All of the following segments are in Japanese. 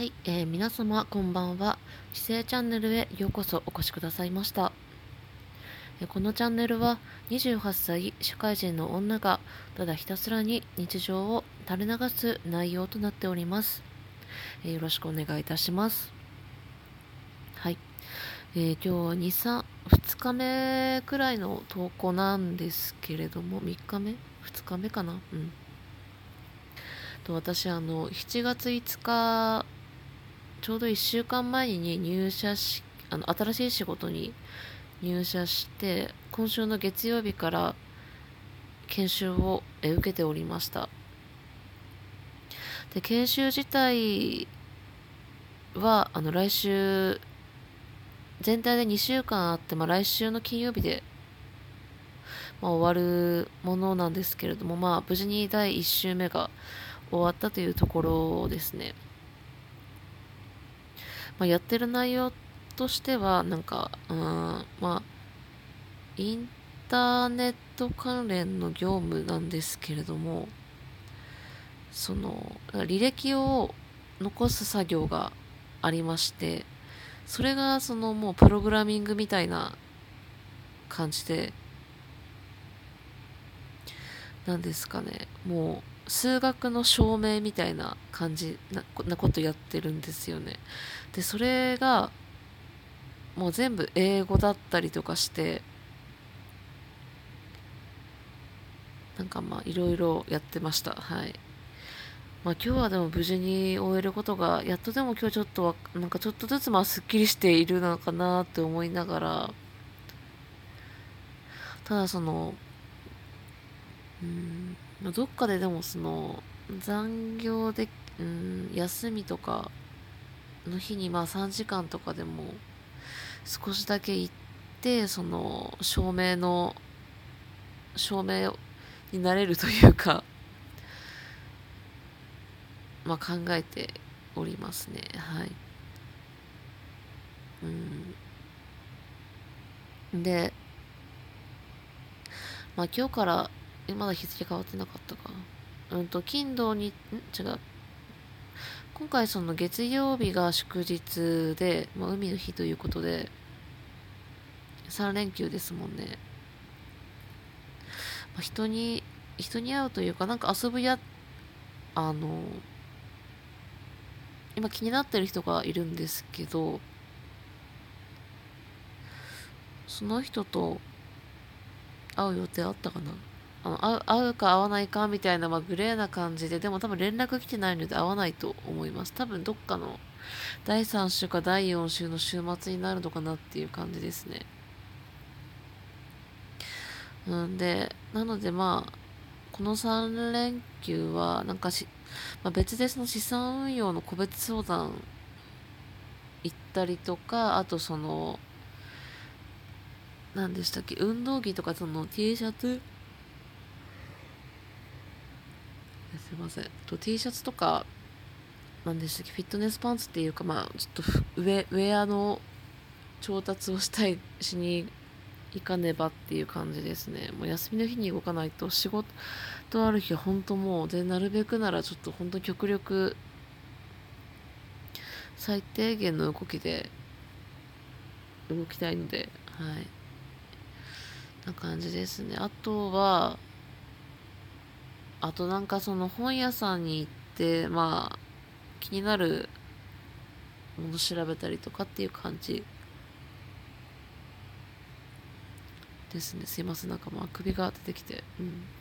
はい、皆様こんばんは。知性チャンネルへようこそお越しくださいました。このチャンネルは28歳社会人の女がただひたすらに日常を垂れ流す内容となっております。よろしくお願いいたします。はい、今日は2日目くらいの投稿なんですけれども、3日目 ?2 日目かな。私7月5日ちょうど1週間前に入社し、新しい仕事に入社して、今週の月曜日から研修を受けておりました。で、研修自体は、来週、全体で2週間あって、来週の金曜日で、終わるものなんですけれども、無事に第1週目が終わったというところですね。やってる内容としては、インターネット関連の業務なんですけれども、履歴を残す作業がありまして、それがもうプログラミングみたいな感じで、なんですかね、もう数学の証明みたいな感じなことやってるんですよね。で、それがもう全部英語だったりとかして、いろいろやってました。はい。今日はでも無事に終えることが、やっとでも今日ちょっとちょっとずつすっきりしているのかなって思いながら、ただどっかででも残業で、休みとかの日に3時間とかでも少しだけ行って、証明になれるというか、考えておりますね。はい。で、今日から、まだ日付変わってなかったか。金土に、違う。今回月曜日が祝日で、海の日ということで、3連休ですもんね。人に会うというか、遊ぶあの、今気になってる人がいるんですけど、その人と会う予定あったかな。会うか会わないかみたいな、グレーな感じで、でも多分連絡来てないので会わないと思います。多分どっかの第3週か第4週の週末になるのかなっていう感じですね。なのでこの3連休は、別で資産運用の個別相談行ったりとか、あと何でしたっけ、運動着とかT シャツすいません。T シャツとか、何でしたっけ、フィットネスパンツっていうか、ちょっとウェアの調達をしに行かねばっていう感じですね。もう休みの日に動かないと、仕事ある日は本当もう、で、なるべくならちょっと本当極力、最低限の動きで動きたいので、はい。な感じですね。あと本屋さんに行って、気になるもの調べたりとかっていう感じですね。すいません。首が出てきて。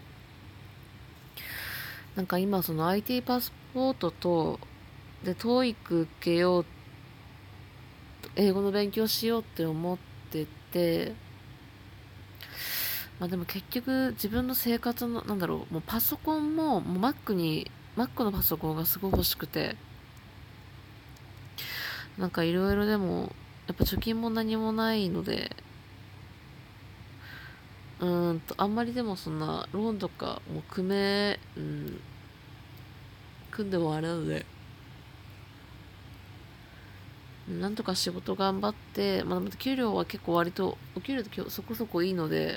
今IT パスポートと、で、TOEIC 受けよう、英語の勉強しようって思ってて、でも結局自分の生活の、もうパソコンもう Mac のパソコンがすごい欲しくて、いろいろでも、やっぱ貯金も何もないので、あんまりでもそんな、ローンとかも組んでもあれなので、なんとか仕事頑張って、給料は結構割と、お給料ってそこそこいいので、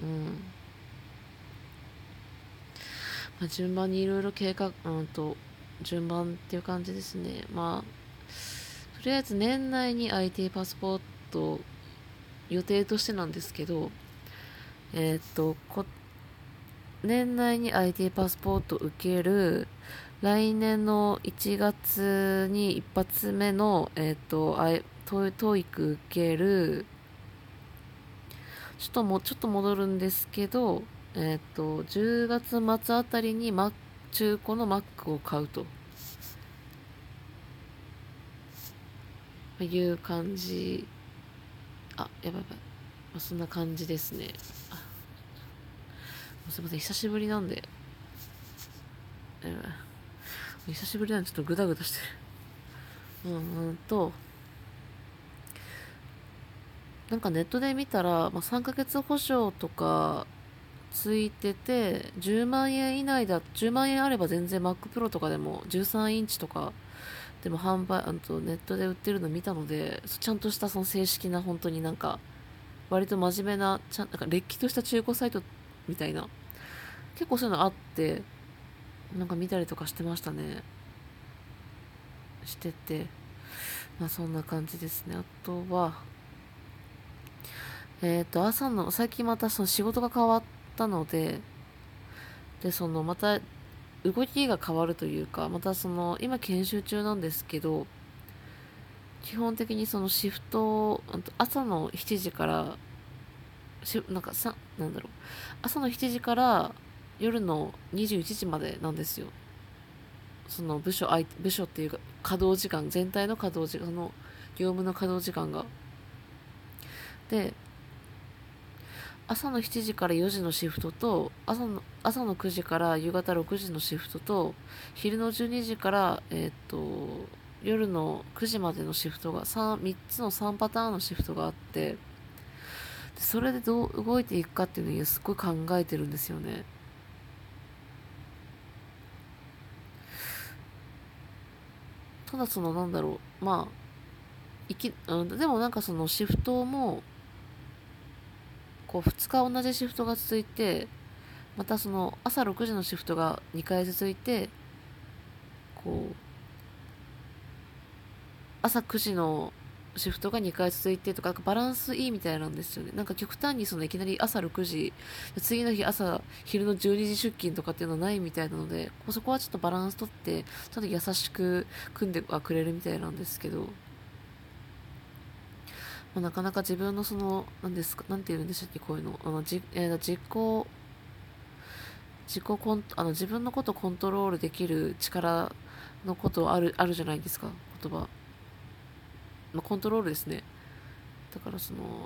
順番にいろいろ計画、 順番っていう感じですね。まあとりあえず年内に IT パスポート予定としてなんですけど、えーっとこ年内に IT パスポート受ける、来年の1月に一発目の、トイック受ける、ちょっと戻るんですけど、10月末あたりに中古の Mac を買うという感じ。あ、やばいやばい。そんな感じですね。すいません、久しぶりなんで、久しぶりなんでちょっとグダグダしてる。なんかネットで見たら、3ヶ月保証とかついてて、10万円以内10万円あれば全然 Mac Pro とかでも13インチとかでも販売、ネットで売ってるの見たので、ちゃんとしたその正式な本当になんか、割と真面目な、なんかれっきとした中古サイトみたいな、結構そういうのあって、なんか見たりとかしてましたね。してて。そんな感じですね。あとは、最近またその仕事が変わったので、また動きが変わるというか、また今研修中なんですけど、基本的にそのシフト、朝の7時から、なんかなんだろう、朝の7時から夜の21時までなんですよ。その部署っていうか、稼働時間、全体の稼働時間、業務の稼働時間が。で、朝の7時から4時のシフトと、朝の9時から夕方6時のシフトと、昼の12時から、夜の9時までのシフトが3つの3パターンのシフトがあって、それでどう動いていくかっていうのをすっごい考えてるんですよね。ただなんだろう、でもなんかそのシフトも、こう2日同じシフトが続いて、また朝6時のシフトが2回続いて、こう朝9時のシフトが2回続いてとか、バランスいいみたいなんですよね。なんか極端にいきなり朝6時、次の日昼の12時出勤とかっていうのはないみたいなので、そこはちょっとバランスとって、ちょっと優しく組んではくれるみたいなんですけど、なかなか自分のなんですか、なんて言うんでしたっけ、こういうの。自分のことをコントロールできる力のことあるじゃないですか、言葉。コントロールですね。だから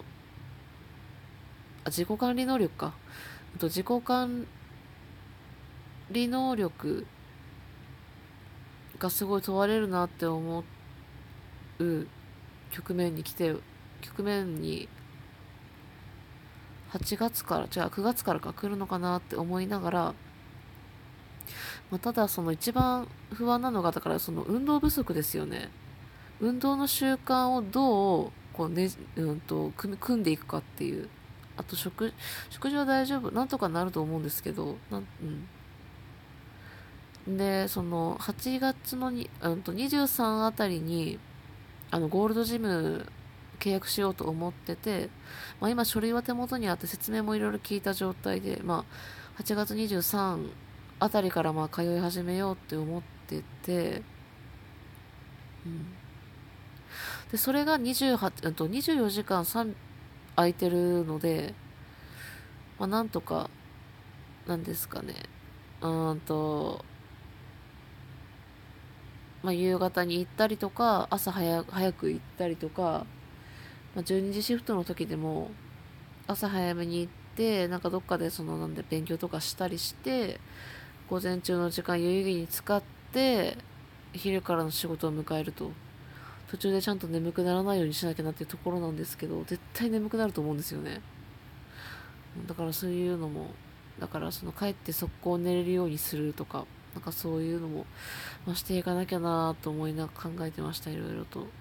自己管理能力か。自己管理能力がすごい問われるなって思う局面に8月から、9月からか来るのかなって思いながら、ただ一番不安なのが、だから運動不足ですよね。運動の習慣をどう、こうね、組んでいくかっていう。あと食事は大丈夫。なんとかなると思うんですけど、で、8月の23あたりに、ゴールドジム契約しようと思ってて、今書類は手元にあって説明もいろいろ聞いた状態で、8月23あたりから通い始めようって思ってて、うん。で、それが24時間空いてるので、なんとか、なんですかね。うーんと、夕方に行ったりとか、早く行ったりとか、12時シフトの時でも、朝早めに行って、なんかどっかでなんで勉強とかしたりして、午前中の時間有意義に使って、昼からの仕事を迎えると。途中でちゃんと眠くならないようにしなきゃなっていうところなんですけど、絶対眠くなると思うんですよね。だからそういうのも、だから帰って速攻寝れるようにするとか、なんかそういうのも、していかなきゃなと思いながら考えてました、いろいろと。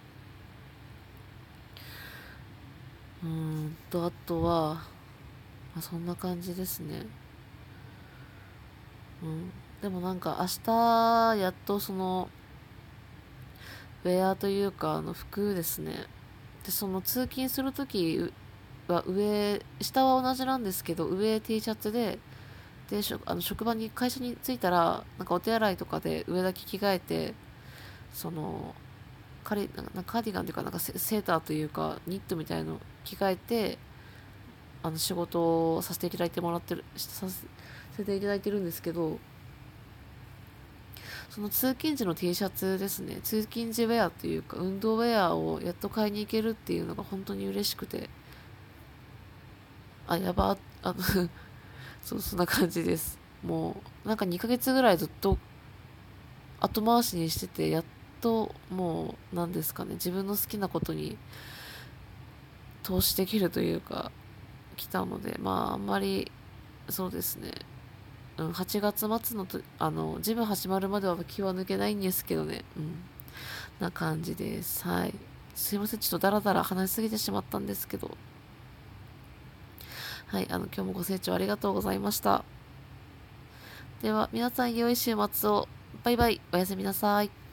あとは、そんな感じですね。うん。 でもなんか明日やっとそのウェアというか服ですね。でその通勤するときは下は同じなんですけど、上 T シャツで職場に会社に着いたらなんかお手洗いとかで上だけ着替えて、そのなんかカーディガンというかなんかセーターというかニットみたいの着替えて仕事をさせていただいてもらってるさせていただいてるんですけど、その通勤時の T シャツですね、通勤時ウェアというか運動ウェアをやっと買いに行けるっていうのが本当に嬉しくて、やばそう、そんな感じです。もうなんか2ヶ月ぐらいずっと後回しにしてて、やっともうなんですかね、自分の好きなことに投資できるというか来たので、まああんまり、そうですね、8月末のジム始まるまでは気は抜けないんですけどね、な感じです。はい。すいません、ちょっとダラダラ話しすぎてしまったんですけど、はい、今日もご清聴ありがとうございました。では、皆さん良い週末を。バイバイ。おやすみなさい。